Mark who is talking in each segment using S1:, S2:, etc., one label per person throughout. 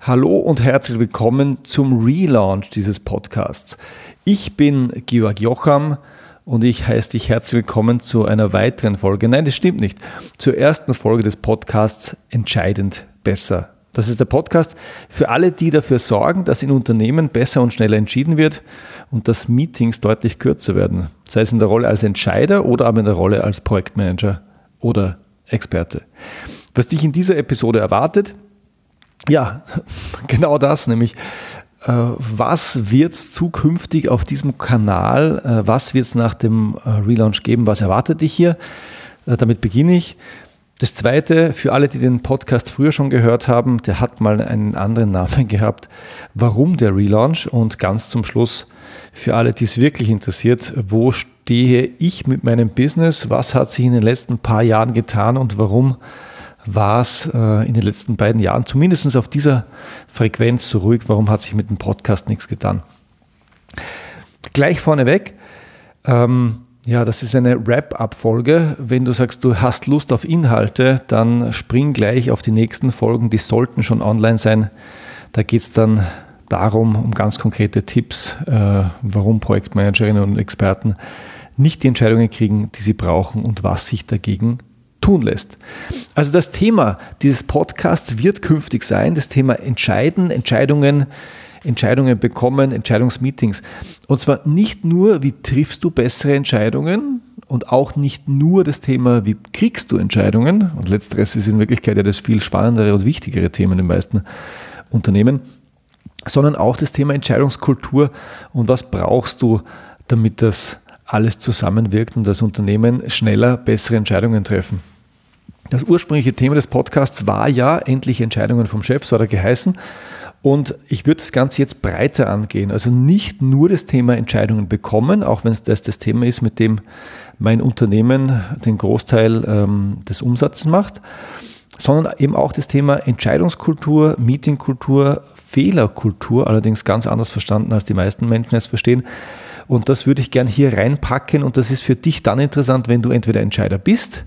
S1: Hallo und herzlich willkommen zum Relaunch dieses Podcasts. Ich bin Georg Jocham und ich heiße dich herzlich willkommen zu einer weiteren Folge. Nein, das stimmt nicht. Zur ersten Folge des Podcasts Entscheidend besser. Das ist der Podcast für alle, die dafür sorgen, dass in Unternehmen besser und schneller entschieden wird und dass Meetings deutlich kürzer werden. Sei es in der Rolle als Entscheider oder aber in der Rolle als Projektmanager oder Experte. Was dich in dieser Episode erwartet? Ja, genau das, nämlich was wird es zukünftig auf diesem Kanal, was wird es nach dem Relaunch geben, was erwartet dich hier? Damit beginne ich. Das Zweite, für alle, die den Podcast früher schon gehört haben, der hat mal einen anderen Namen gehabt, warum der Relaunch? Und ganz zum Schluss, für alle, die es wirklich interessiert, wo stehe ich mit meinem Business, was hat sich in den letzten paar Jahren getan und warum war es in den letzten beiden Jahren, zumindest auf dieser Frequenz so ruhig, warum hat sich mit dem Podcast nichts getan? Gleich vorneweg, das ist eine Wrap-up-Folge. Wenn du sagst, du hast Lust auf Inhalte, dann spring gleich auf die nächsten Folgen, die sollten schon online sein. Da geht es dann darum, um ganz konkrete Tipps, warum Projektmanagerinnen und Experten nicht die Entscheidungen kriegen, die sie brauchen und was sich dagegen tun lässt. Also das Thema dieses Podcasts wird künftig sein, das Thema Entscheiden, Entscheidungen bekommen, Entscheidungsmeetings. Und zwar nicht nur, wie triffst du bessere Entscheidungen und auch nicht nur das Thema, wie kriegst du Entscheidungen. Und letzteres ist in Wirklichkeit ja das viel spannendere und wichtigere Thema in den meisten Unternehmen, sondern auch das Thema Entscheidungskultur und was brauchst du, damit das alles zusammenwirkt und das Unternehmen schneller bessere Entscheidungen treffen. Das ursprüngliche Thema des Podcasts war ja endlich Entscheidungen vom Chef, so hat er geheißen. Und ich würde das Ganze jetzt breiter angehen. Also nicht nur das Thema Entscheidungen bekommen, auch wenn es das Thema ist, mit dem mein Unternehmen den Großteil des Umsatzes macht, sondern eben auch das Thema Entscheidungskultur, Meetingkultur, Fehlerkultur, allerdings ganz anders verstanden, als die meisten Menschen es verstehen. Und das würde ich gern hier reinpacken und das ist für dich dann interessant, wenn du entweder Entscheider bist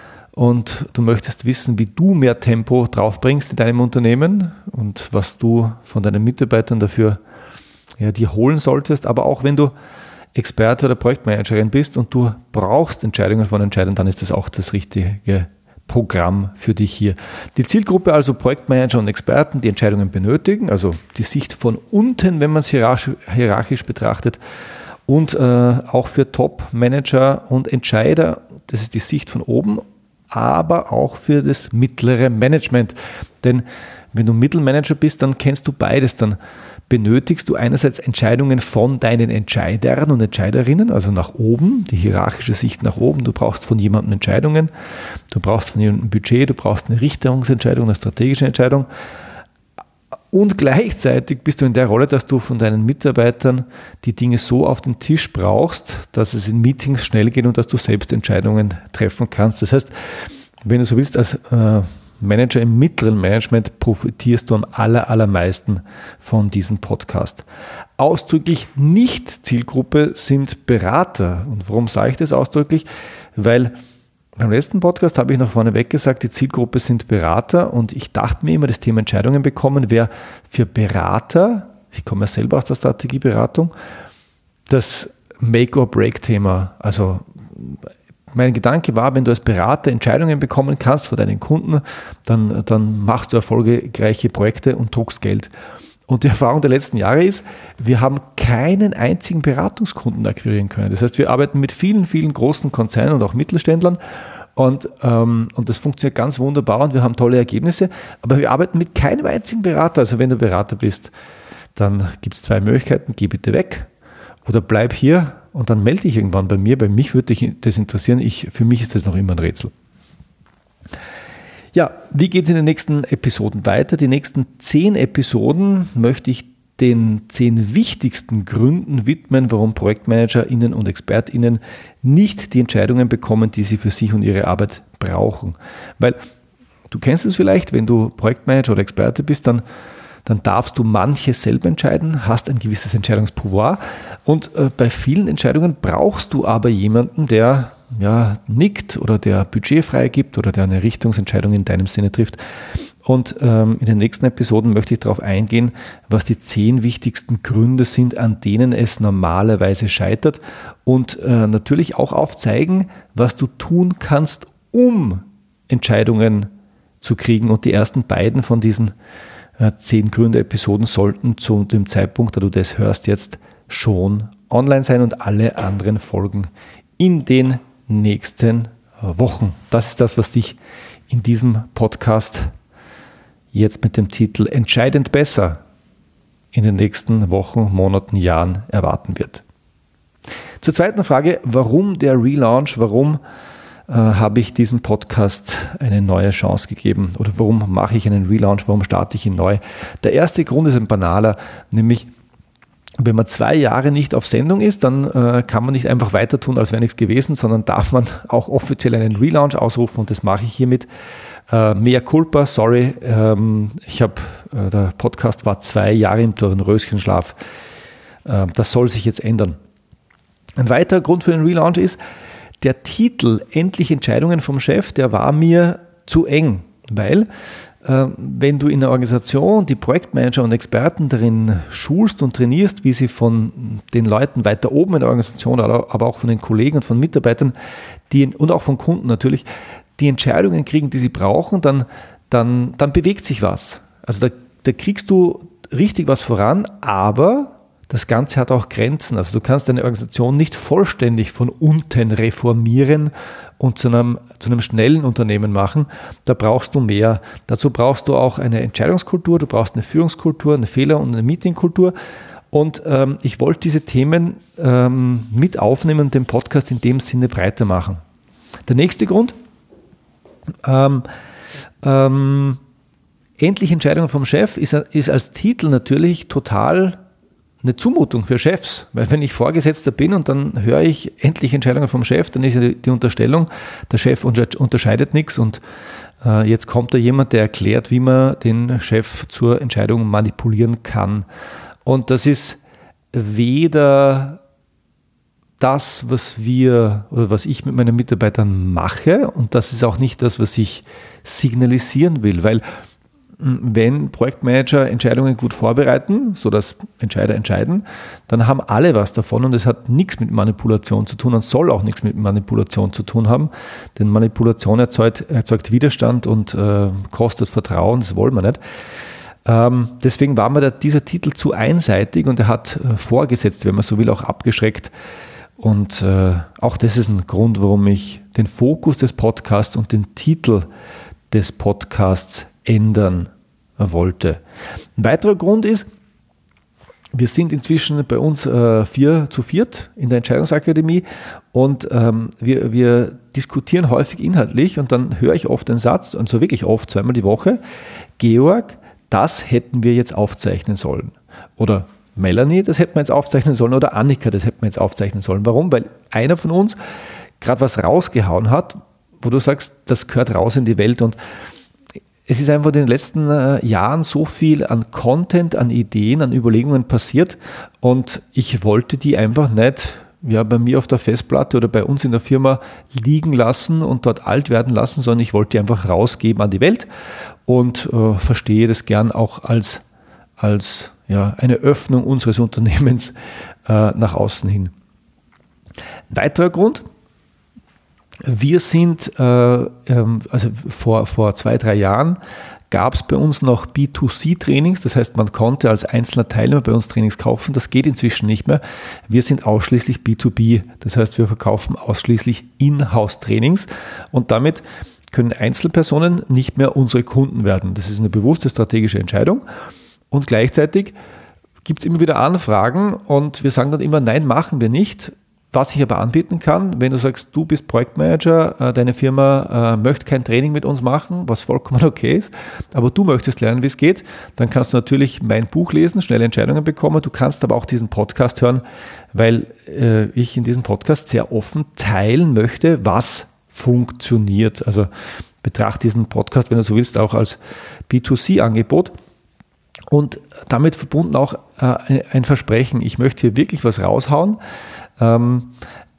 S1: und du möchtest wissen, wie du mehr Tempo draufbringst in deinem Unternehmen und was du von deinen Mitarbeitern dafür dir holen solltest, aber auch wenn du Experte oder Projektmanagerin bist und du brauchst Entscheidungen von Entscheidern, dann ist das auch das richtige Programm für dich hier. Die Zielgruppe also Projektmanager und Experten, die Entscheidungen benötigen, also die Sicht von unten, wenn man es hierarchisch betrachtet, und auch für Top-Manager und Entscheider, das ist die Sicht von oben, aber auch für das mittlere Management. Denn wenn du Mittelmanager bist, dann kennst du beides. Dann benötigst du einerseits Entscheidungen von deinen Entscheidern und Entscheiderinnen, also nach oben, die hierarchische Sicht nach oben. Du brauchst von jemandem Entscheidungen, du brauchst von jemandem ein Budget, du brauchst eine Richtungsentscheidung, eine strategische Entscheidung. Und gleichzeitig bist du in der Rolle, dass du von deinen Mitarbeitern die Dinge so auf den Tisch brauchst, dass es in Meetings schnell geht und dass du selbst Entscheidungen treffen kannst. Das heißt, wenn du so willst, als Manager im mittleren Management profitierst du am allermeisten von diesem Podcast. Ausdrücklich nicht Zielgruppe sind Berater. Und warum sage ich das ausdrücklich? Weil beim letzten Podcast habe ich noch vorneweg gesagt, die Zielgruppe sind Berater und ich dachte mir immer, das Thema Entscheidungen bekommen wäre für Berater, ich komme ja selber aus der Strategieberatung, das Make-or-Break-Thema. Also mein Gedanke war, wenn du als Berater Entscheidungen bekommen kannst von deinen Kunden, dann machst du erfolgreiche Projekte und druckst Geld. Und die Erfahrung der letzten Jahre ist, wir haben keinen einzigen Beratungskunden akquirieren können. Das heißt, wir arbeiten mit vielen, vielen großen Konzernen und auch Mittelständlern und das funktioniert ganz wunderbar und wir haben tolle Ergebnisse, aber wir arbeiten mit keinem einzigen Berater. Also wenn du Berater bist, dann gibt es zwei Möglichkeiten, geh bitte weg oder bleib hier und dann melde dich irgendwann bei mir. Bei mich würde dich das interessieren, für mich ist das noch immer ein Rätsel. Ja, wie geht es in den nächsten Episoden weiter? Die nächsten 10 Episoden möchte ich den 10 wichtigsten Gründen widmen, warum ProjektmanagerInnen und ExpertInnen nicht die Entscheidungen bekommen, die sie für sich und ihre Arbeit brauchen. Weil du kennst es vielleicht, wenn du Projektmanager oder Experte bist, dann darfst du manches selber entscheiden, hast ein gewisses Entscheidungspouvoir und bei vielen Entscheidungen brauchst du aber jemanden, der nickt oder der Budget freigibt oder der eine Richtungsentscheidung in deinem Sinne trifft. Und in den nächsten Episoden möchte ich darauf eingehen, was die 10 wichtigsten Gründe sind, an denen es normalerweise scheitert. Und natürlich auch aufzeigen, was du tun kannst, um Entscheidungen zu kriegen. Und die ersten beiden von diesen 10 Gründe-Episoden sollten zu dem Zeitpunkt, da du das hörst, jetzt schon online sein und alle anderen folgen in den nächsten Wochen. Das ist das, was dich in diesem Podcast jetzt mit dem Titel Entscheidend besser in den nächsten Wochen, Monaten, Jahren erwarten wird. Zur zweiten Frage, warum der Relaunch, warum habe ich diesem Podcast eine neue Chance gegeben oder warum mache ich einen Relaunch, warum starte ich ihn neu? Der erste Grund ist ein banaler, nämlich wenn man 2 Jahre nicht auf Sendung ist, dann kann man nicht einfach weiter tun, als wäre nichts gewesen, sondern darf man auch offiziell einen Relaunch ausrufen und das mache ich hiermit. Mea culpa, sorry, der Podcast war 2 Jahre im Dornröschenschlaf. Das soll sich jetzt ändern. Ein weiterer Grund für den Relaunch ist, der Titel Endlich Entscheidungen vom Chef, der war mir zu eng, weil wenn du in der Organisation die Projektmanager und Experten darin schulst und trainierst, wie sie von den Leuten weiter oben in der Organisation, aber auch von den Kollegen und von Mitarbeitern und auch von Kunden natürlich, die Entscheidungen kriegen, die sie brauchen, dann bewegt sich was. Also da kriegst du richtig was voran, aber das Ganze hat auch Grenzen. Also du kannst deine Organisation nicht vollständig von unten reformieren und zu einem schnellen Unternehmen machen. Da brauchst du mehr. Dazu brauchst du auch eine Entscheidungskultur, du brauchst eine Führungskultur, eine Fehler- und eine Meetingkultur. Und ich wollte diese Themen mit aufnehmen und den Podcast in dem Sinne breiter machen. Der nächste Grund, Endlich Entscheidungen vom Chef ist als Titel natürlich total eine Zumutung für Chefs, weil wenn ich Vorgesetzter bin und dann höre ich endlich Entscheidungen vom Chef, dann ist ja die Unterstellung, der Chef unterscheidet nichts und jetzt kommt da jemand, der erklärt, wie man den Chef zur Entscheidung manipulieren kann. Und das ist weder das, was ich mit meinen Mitarbeitern mache und das ist auch nicht das, was ich signalisieren will, weil wenn Projektmanager Entscheidungen gut vorbereiten, sodass Entscheider entscheiden, dann haben alle was davon und es hat nichts mit Manipulation zu tun und soll auch nichts mit Manipulation zu tun haben, denn Manipulation erzeugt Widerstand und kostet Vertrauen, das wollen wir nicht. Deswegen war mir dieser Titel zu einseitig und er hat Vorgesetzte, wenn man so will, auch abgeschreckt. Und auch das ist ein Grund, warum ich den Fokus des Podcasts und den Titel des Podcasts ändern wollte. Ein weiterer Grund ist, wir sind inzwischen bei uns 4 zu 4 in der Entscheidungsakademie und wir diskutieren häufig inhaltlich und dann höre ich oft den Satz, und so wirklich oft, 2-mal die Woche, Georg, das hätten wir jetzt aufzeichnen sollen. Oder Melanie, das hätten wir jetzt aufzeichnen sollen. Oder Annika, das hätten wir jetzt aufzeichnen sollen. Warum? Weil einer von uns gerade was rausgehauen hat, wo du sagst, das gehört raus in die Welt und es ist einfach in den letzten Jahren so viel an Content, an Ideen, an Überlegungen passiert und ich wollte die einfach nicht bei mir auf der Festplatte oder bei uns in der Firma liegen lassen und dort alt werden lassen, sondern ich wollte die einfach rausgeben an die Welt und verstehe das gern auch als eine Öffnung unseres Unternehmens nach außen hin. Ein weiterer Grund, wir sind, also vor 2-3 Jahren gab es bei uns noch B2C-Trainings, das heißt, man konnte als einzelner Teilnehmer bei uns Trainings kaufen, das geht inzwischen nicht mehr. Wir sind ausschließlich B2B, das heißt, wir verkaufen ausschließlich Inhouse-Trainings und damit können Einzelpersonen nicht mehr unsere Kunden werden. Das ist eine bewusste strategische Entscheidung und gleichzeitig gibt es immer wieder Anfragen und wir sagen dann immer, nein, machen wir nicht. Was ich aber anbieten kann, wenn du sagst, du bist Projektmanager, deine Firma möchte kein Training mit uns machen, was vollkommen okay ist, aber du möchtest lernen, wie es geht, dann kannst du natürlich mein Buch lesen, schnelle Entscheidungen bekommen. Du kannst aber auch diesen Podcast hören, weil ich in diesem Podcast sehr offen teilen möchte, was funktioniert. Also betrachte diesen Podcast, wenn du so willst, auch als B2C-Angebot. Und damit verbunden auch ein Versprechen, ich möchte hier wirklich was raushauen,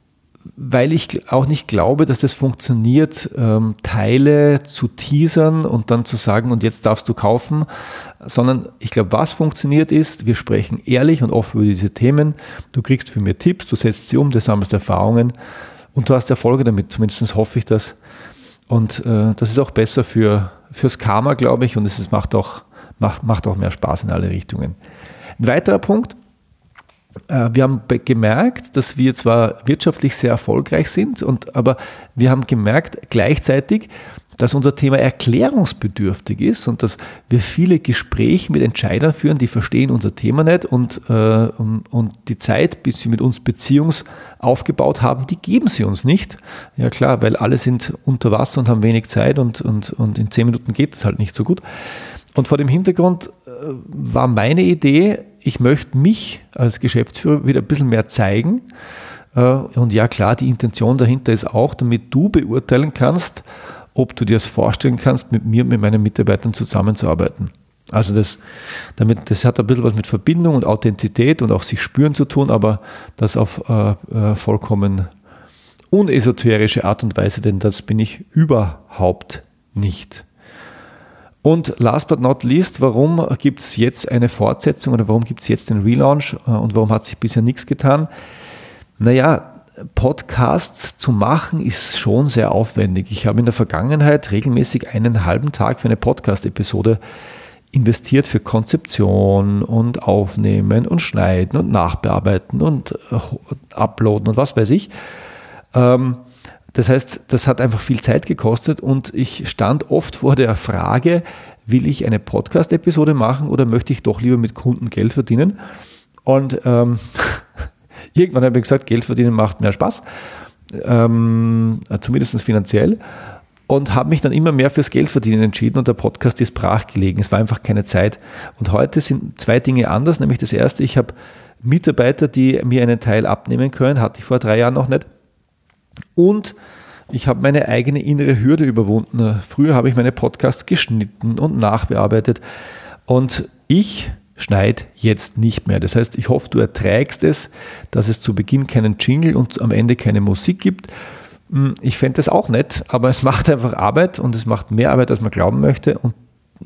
S1: weil ich auch nicht glaube, dass das funktioniert, Teile zu teasern und dann zu sagen, und jetzt darfst du kaufen, sondern ich glaube, was funktioniert ist, wir sprechen ehrlich und offen über diese Themen, du kriegst für mir Tipps, du setzt sie um, du sammelst Erfahrungen und du hast Erfolge damit, zumindest hoffe ich das. Und das ist auch besser fürs Karma, glaube ich, und es macht auch mehr Spaß in alle Richtungen. Ein weiterer Punkt: Wir haben gemerkt, dass wir zwar wirtschaftlich sehr erfolgreich sind, aber wir haben gemerkt gleichzeitig, dass unser Thema erklärungsbedürftig ist und dass wir viele Gespräche mit Entscheidern führen, die verstehen unser Thema nicht und die Zeit, bis sie mit uns Beziehung aufgebaut haben, die geben sie uns nicht. Ja klar, weil alle sind unter Wasser und haben wenig Zeit und in 10 Minuten geht es halt nicht so gut. Und vor dem Hintergrund war meine Idee, ich möchte mich als Geschäftsführer wieder ein bisschen mehr zeigen. Und ja klar, die Intention dahinter ist auch, damit du beurteilen kannst, ob du dir das vorstellen kannst, mit mir und mit meinen Mitarbeitern zusammenzuarbeiten. Also das hat ein bisschen was mit Verbindung und Authentizität und auch sich spüren zu tun, aber das auf vollkommen unesoterische Art und Weise, denn das bin ich überhaupt nicht. Und last but not least, warum gibt es jetzt eine Fortsetzung oder warum gibt es jetzt den Relaunch und warum hat sich bisher nichts getan? Naja, Podcasts zu machen ist schon sehr aufwendig. Ich habe in der Vergangenheit regelmäßig einen halben Tag für eine Podcast-Episode investiert für Konzeption und Aufnehmen und Schneiden und Nachbearbeiten und Uploaden und was weiß ich. Das heißt, das hat einfach viel Zeit gekostet und ich stand oft vor der Frage, will ich eine Podcast-Episode machen oder möchte ich doch lieber mit Kunden Geld verdienen? Und irgendwann habe ich gesagt, Geld verdienen macht mehr Spaß, zumindest finanziell, und habe mich dann immer mehr fürs Geld verdienen entschieden und der Podcast ist brach gelegen. Es war einfach keine Zeit. Und heute sind 2 Dinge anders, nämlich das erste, ich habe Mitarbeiter, die mir einen Teil abnehmen können, hatte ich vor 3 Jahren noch nicht. Und ich habe meine eigene innere Hürde überwunden. Früher habe ich meine Podcasts geschnitten und nachbearbeitet und ich schneide jetzt nicht mehr. Das heißt, ich hoffe, du erträgst es, dass es zu Beginn keinen Jingle und am Ende keine Musik gibt. Ich fände das auch nett, aber es macht einfach Arbeit und es macht mehr Arbeit, als man glauben möchte und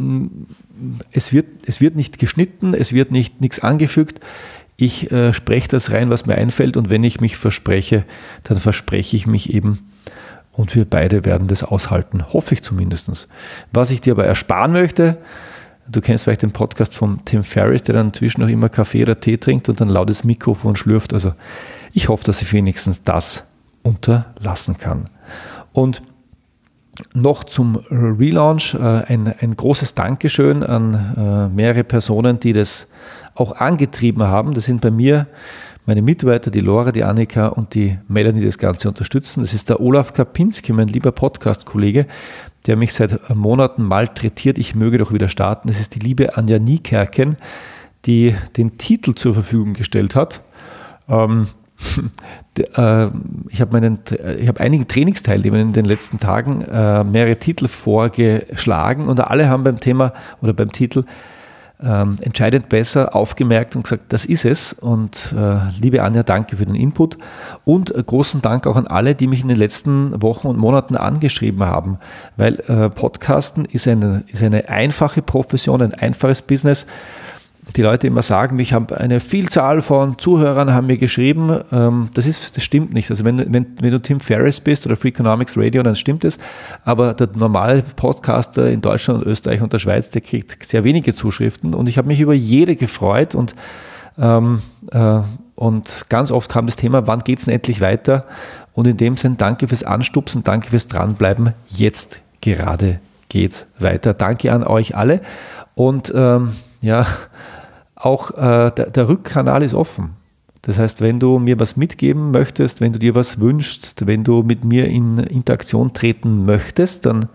S1: es wird nicht geschnitten, es wird nichts angefügt. Ich spreche das rein, was mir einfällt und wenn ich mich verspreche, dann verspreche ich mich eben und wir beide werden das aushalten, hoffe ich zumindest. Was ich dir aber ersparen möchte, du kennst vielleicht den Podcast von Tim Ferriss, der dann inzwischen noch immer Kaffee oder Tee trinkt und dann lautes Mikrofon schlürft. Also ich hoffe, dass ich wenigstens das unterlassen kann. Und noch zum Relaunch ein großes Dankeschön an mehrere Personen, die das auch angetrieben haben. Das sind bei mir meine Mitarbeiter, die Laura, die Annika und die Melanie, die das Ganze unterstützen. Das ist der Olaf Kapinski, mein lieber Podcast-Kollege, der mich seit Monaten malträtiert. Ich möge doch wieder starten. Das ist die liebe Anja Niekerken, die den Titel zur Verfügung gestellt hat. Ich habe einigen Trainingsteilnehmern in den letzten Tagen mehrere Titel vorgeschlagen und alle haben beim Thema oder beim Titel entscheidend besser aufgemerkt und gesagt, das ist es. Und liebe Anja, danke für den Input und großen Dank auch an alle, die mich in den letzten Wochen und Monaten angeschrieben haben, weil Podcasten ist eine einfache Profession, ein einfaches Business. Die Leute immer sagen, ich habe eine Vielzahl von Zuhörern, haben mir geschrieben, das stimmt nicht. Also wenn du Tim Ferriss bist oder Freakonomics Radio, dann stimmt es, aber der normale Podcaster in Deutschland und Österreich und der Schweiz, der kriegt sehr wenige Zuschriften und ich habe mich über jede gefreut und ganz oft kam das Thema, wann geht es denn endlich weiter? Und in dem Sinn, danke fürs Anstupsen, danke fürs Dranbleiben, jetzt gerade geht's weiter. Danke an euch alle und auch der Rückkanal ist offen. Das heißt, wenn du mir was mitgeben möchtest, wenn du dir was wünschst, wenn du mit mir in Interaktion treten möchtest, dann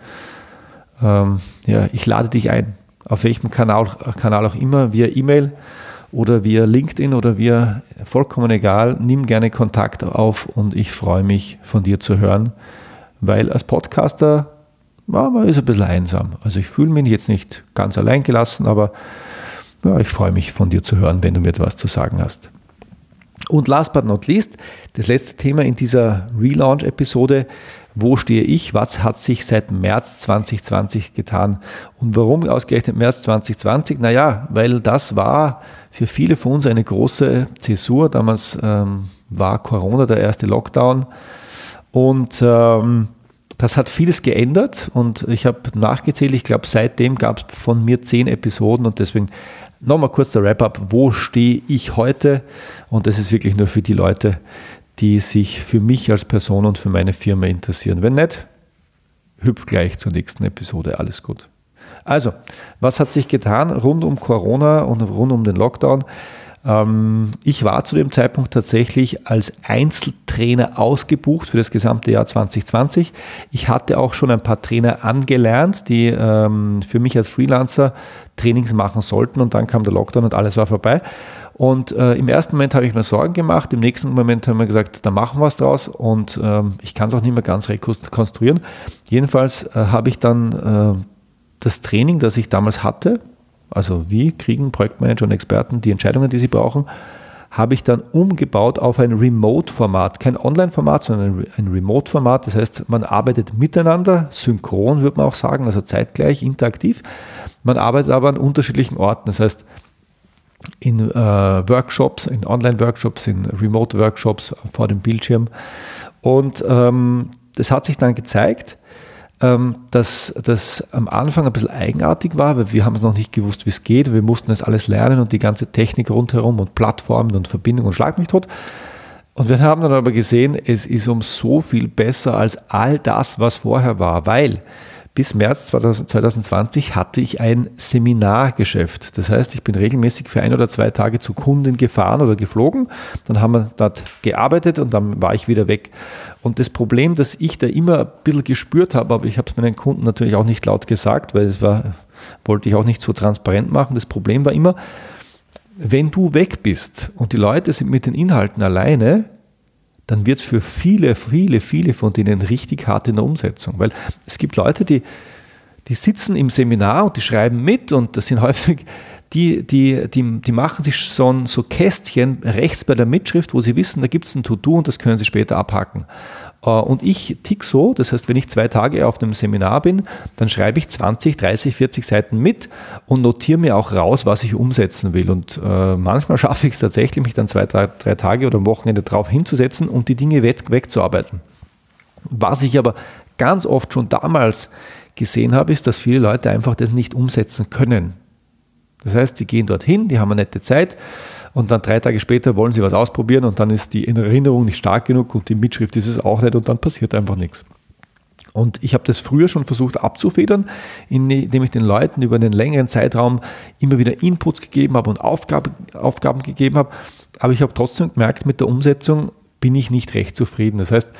S1: ich lade dich ein. Auf welchem Kanal auch immer, via E-Mail oder via LinkedIn oder via, vollkommen egal, nimm gerne Kontakt auf und ich freue mich, von dir zu hören, weil als Podcaster, man ist ein bisschen einsam. Also ich fühle mich jetzt nicht ganz allein gelassen, aber ich freue mich, von dir zu hören, wenn du mir etwas zu sagen hast. Und last but not least, das letzte Thema in dieser Relaunch-Episode: Wo stehe ich? Was hat sich seit März 2020 getan? Und warum ausgerechnet März 2020? Naja, weil das war für viele von uns eine große Zäsur. Damals war Corona der erste Lockdown und das hat vieles geändert und ich habe nachgezählt, ich glaube seitdem gab es von mir 10 Episoden und deswegen nochmal kurz der Wrap-up: Wo stehe ich heute? Und das ist wirklich nur für die Leute, die sich für mich als Person und für meine Firma interessieren. Wenn nicht, hüpf gleich zur nächsten Episode. Alles gut. Also, was hat sich getan rund um Corona und rund um den Lockdown? Ich war zu dem Zeitpunkt tatsächlich als Einzeltrainer ausgebucht für das gesamte Jahr 2020. Ich hatte auch schon ein paar Trainer angelernt, die für mich als Freelancer Trainings machen sollten, und dann kam der Lockdown und alles war vorbei. Und im ersten Moment habe ich mir Sorgen gemacht, im nächsten Moment haben wir gesagt, da machen wir was draus, und ich kann es auch nicht mehr ganz rekonstruieren. Jedenfalls habe ich dann das Training, das ich damals hatte, also wie kriegen Projektmanager und Experten die Entscheidungen, die sie brauchen, habe ich dann umgebaut auf ein Remote-Format. Kein Online-Format, sondern ein Remote-Format. Das heißt, man arbeitet miteinander, synchron würde man auch sagen, also zeitgleich, interaktiv. Man arbeitet aber an unterschiedlichen Orten. Das heißt, in Workshops, in Online-Workshops, in Remote-Workshops vor dem Bildschirm. Und das hat sich dann gezeigt, dass das am Anfang ein bisschen eigenartig war, weil wir haben es noch nicht gewusst, wie es geht. Wir mussten es alles lernen und die ganze Technik rundherum und Plattformen und Verbindungen und schlag mich tot. Und wir haben dann aber gesehen, es ist um so viel besser als all das, was vorher war, weil bis März 2020 hatte ich ein Seminargeschäft. Das heißt, ich bin regelmäßig für 1 oder 2 Tage zu Kunden gefahren oder geflogen. Dann haben wir dort gearbeitet und dann war ich wieder weg. Und das Problem, das ich da immer ein bisschen gespürt habe, aber ich habe es meinen Kunden natürlich auch nicht laut gesagt, weil wollte ich auch nicht so transparent machen. Das Problem war immer, wenn du weg bist und die Leute sind mit den Inhalten alleine, dann wird es für viele von denen richtig hart in der Umsetzung. Weil es gibt Leute, die sitzen im Seminar und die schreiben mit, und das sind häufig die machen sich so Kästchen rechts bei der Mitschrift, wo sie wissen, da gibt es ein To-Do und das können sie später abhaken. Und ich tick so, das heißt, wenn ich 2 Tage auf dem Seminar bin, dann schreibe ich 20, 30, 40 Seiten mit und notiere mir auch raus, was ich umsetzen will. Und manchmal schaffe ich es tatsächlich, mich dann 2, 3 Tage oder am Wochenende drauf hinzusetzen und die Dinge wegzuarbeiten. Was ich aber ganz oft schon damals gesehen habe, ist, dass viele Leute einfach das nicht umsetzen können. Das heißt, die gehen dorthin, die haben eine nette Zeit und dann 3 Tage später wollen sie was ausprobieren und dann ist die Erinnerung nicht stark genug und die Mitschrift ist es auch nicht und dann passiert einfach nichts. Und ich habe das früher schon versucht abzufedern, indem ich den Leuten über einen längeren Zeitraum immer wieder Inputs gegeben habe und Aufgaben gegeben habe. Aber ich habe trotzdem gemerkt, mit der Umsetzung bin ich nicht recht zufrieden. Das heißt,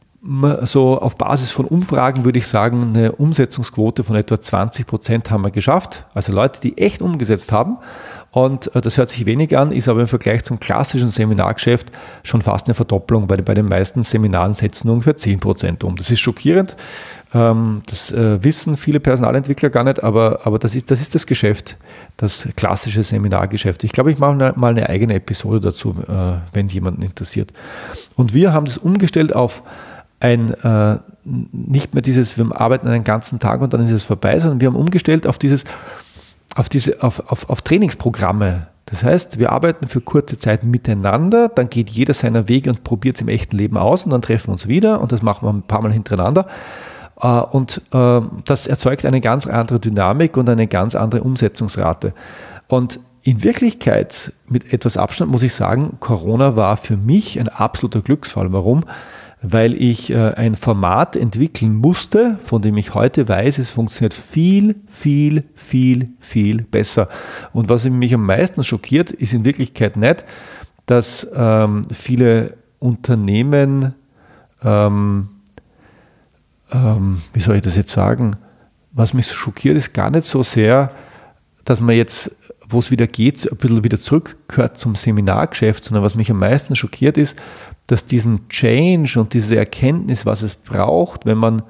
S1: so auf Basis von Umfragen würde ich sagen, eine Umsetzungsquote von etwa 20% haben wir geschafft. Also Leute, die echt umgesetzt haben. Und das hört sich wenig an, ist aber im Vergleich zum klassischen Seminargeschäft schon fast eine Verdopplung. Bei den meisten Seminaren setzen ungefähr 10% um. Das ist schockierend. Das wissen viele Personalentwickler gar nicht, aber das ist das Geschäft, das klassische Seminargeschäft. Ich glaube, ich mache mal eine eigene Episode dazu, wenn es jemanden interessiert. Und wir haben das umgestellt auf nicht mehr dieses, wir arbeiten einen ganzen Tag und dann ist es vorbei, sondern wir haben umgestellt auf Trainingsprogramme. Das heißt, wir arbeiten für kurze Zeit miteinander, dann geht jeder seiner Wege und probiert es im echten Leben aus und dann treffen wir uns wieder und das machen wir ein paar Mal hintereinander. Und das erzeugt eine ganz andere Dynamik und eine ganz andere Umsetzungsrate. Und in Wirklichkeit, mit etwas Abstand muss ich sagen, Corona war für mich ein absoluter Glücksfall. Warum? Weil ich ein Format entwickeln musste, von dem ich heute weiß, es funktioniert viel besser. Und was mich am meisten schockiert, ist in Wirklichkeit nicht, dass viele Unternehmen, wie soll ich das jetzt sagen, was mich schockiert, ist gar nicht so sehr, dass man jetzt, wo es wieder geht, ein bisschen wieder zurückgehört zum Seminargeschäft, sondern was mich am meisten schockiert ist, dass diesen Change und diese Erkenntnis, was es braucht, wenn man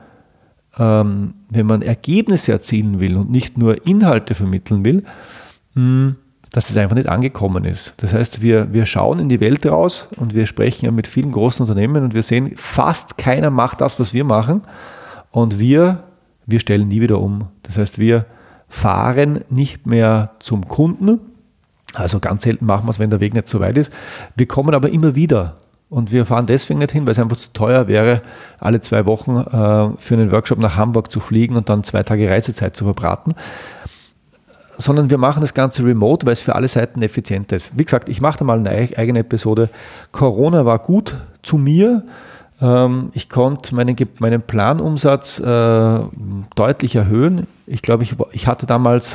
S1: Ergebnisse erzielen will und nicht nur Inhalte vermitteln will, dass es einfach nicht angekommen ist. Das heißt, wir schauen in die Welt raus und wir sprechen ja mit vielen großen Unternehmen und wir sehen, fast keiner macht das, was wir machen, und wir stellen nie wieder um. Das heißt, wir fahren nicht mehr zum Kunden, also ganz selten machen wir es, wenn der Weg nicht so weit ist. Wir kommen aber immer wieder. Und wir fahren deswegen nicht hin, weil es einfach zu teuer wäre, alle 2 Wochen für einen Workshop nach Hamburg zu fliegen und dann 2 Tage Reisezeit zu verbraten. Sondern wir machen das Ganze remote, weil es für alle Seiten effizienter ist. Wie gesagt, ich mache da mal eine eigene Episode. Corona war gut zu mir. Ich konnte meinen Planumsatz deutlich erhöhen. Ich glaube, ich wollte damals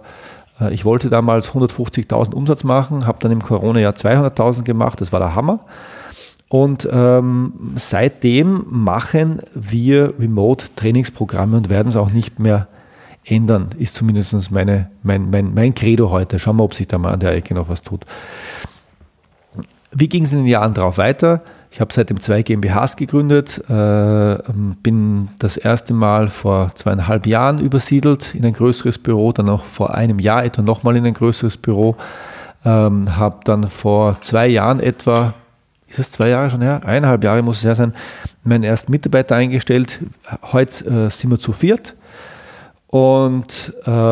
S1: 150.000 Umsatz machen, habe dann im Corona-Jahr 200.000 gemacht. Das war der Hammer. Und seitdem machen wir Remote-Trainingsprogramme und werden es auch nicht mehr ändern, ist zumindest mein Credo heute. Schauen wir, ob sich da mal an der Ecke noch was tut. Wie ging es in den Jahren darauf weiter? Ich habe seitdem 2 GmbHs gegründet, bin das erste Mal vor 2,5 Jahren übersiedelt in ein größeres Büro, dann auch vor einem Jahr etwa nochmal in ein größeres Büro, habe dann vor 2 Jahren etwa, ist das 2 Jahre schon her? 1,5 Jahre muss es her sein, meinen ersten Mitarbeiter eingestellt. Heute sind wir zu 4. Und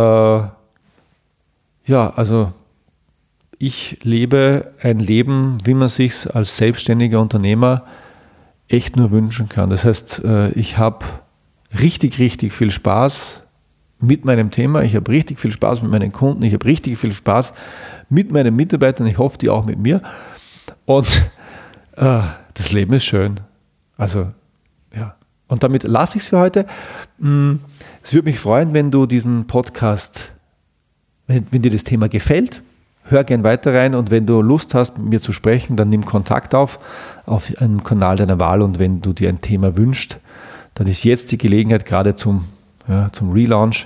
S1: also ich lebe ein Leben, wie man sich als selbstständiger Unternehmer echt nur wünschen kann. Das heißt, ich habe richtig, richtig viel Spaß mit meinem Thema. Ich habe richtig viel Spaß mit meinen Kunden. Ich habe richtig viel Spaß mit meinen Mitarbeitern. Ich hoffe, die auch mit mir. Und das Leben ist schön. Also, ja. Und damit lasse ich es für heute. Es würde mich freuen, wenn du diesen Podcast, wenn dir das Thema gefällt, hör gern weiter rein, und wenn du Lust hast, mit mir zu sprechen, dann nimm Kontakt auf einem Kanal deiner Wahl, und wenn du dir ein Thema wünschst, dann ist jetzt die Gelegenheit, gerade zum Relaunch.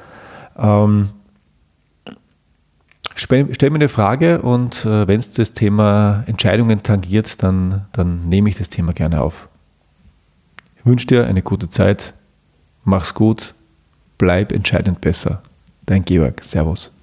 S1: Stell mir eine Frage, und wenn es das Thema Entscheidungen tangiert, dann nehme ich das Thema gerne auf. Ich wünsche dir eine gute Zeit, mach's gut, bleib entscheidend besser. Dein Georg, Servus.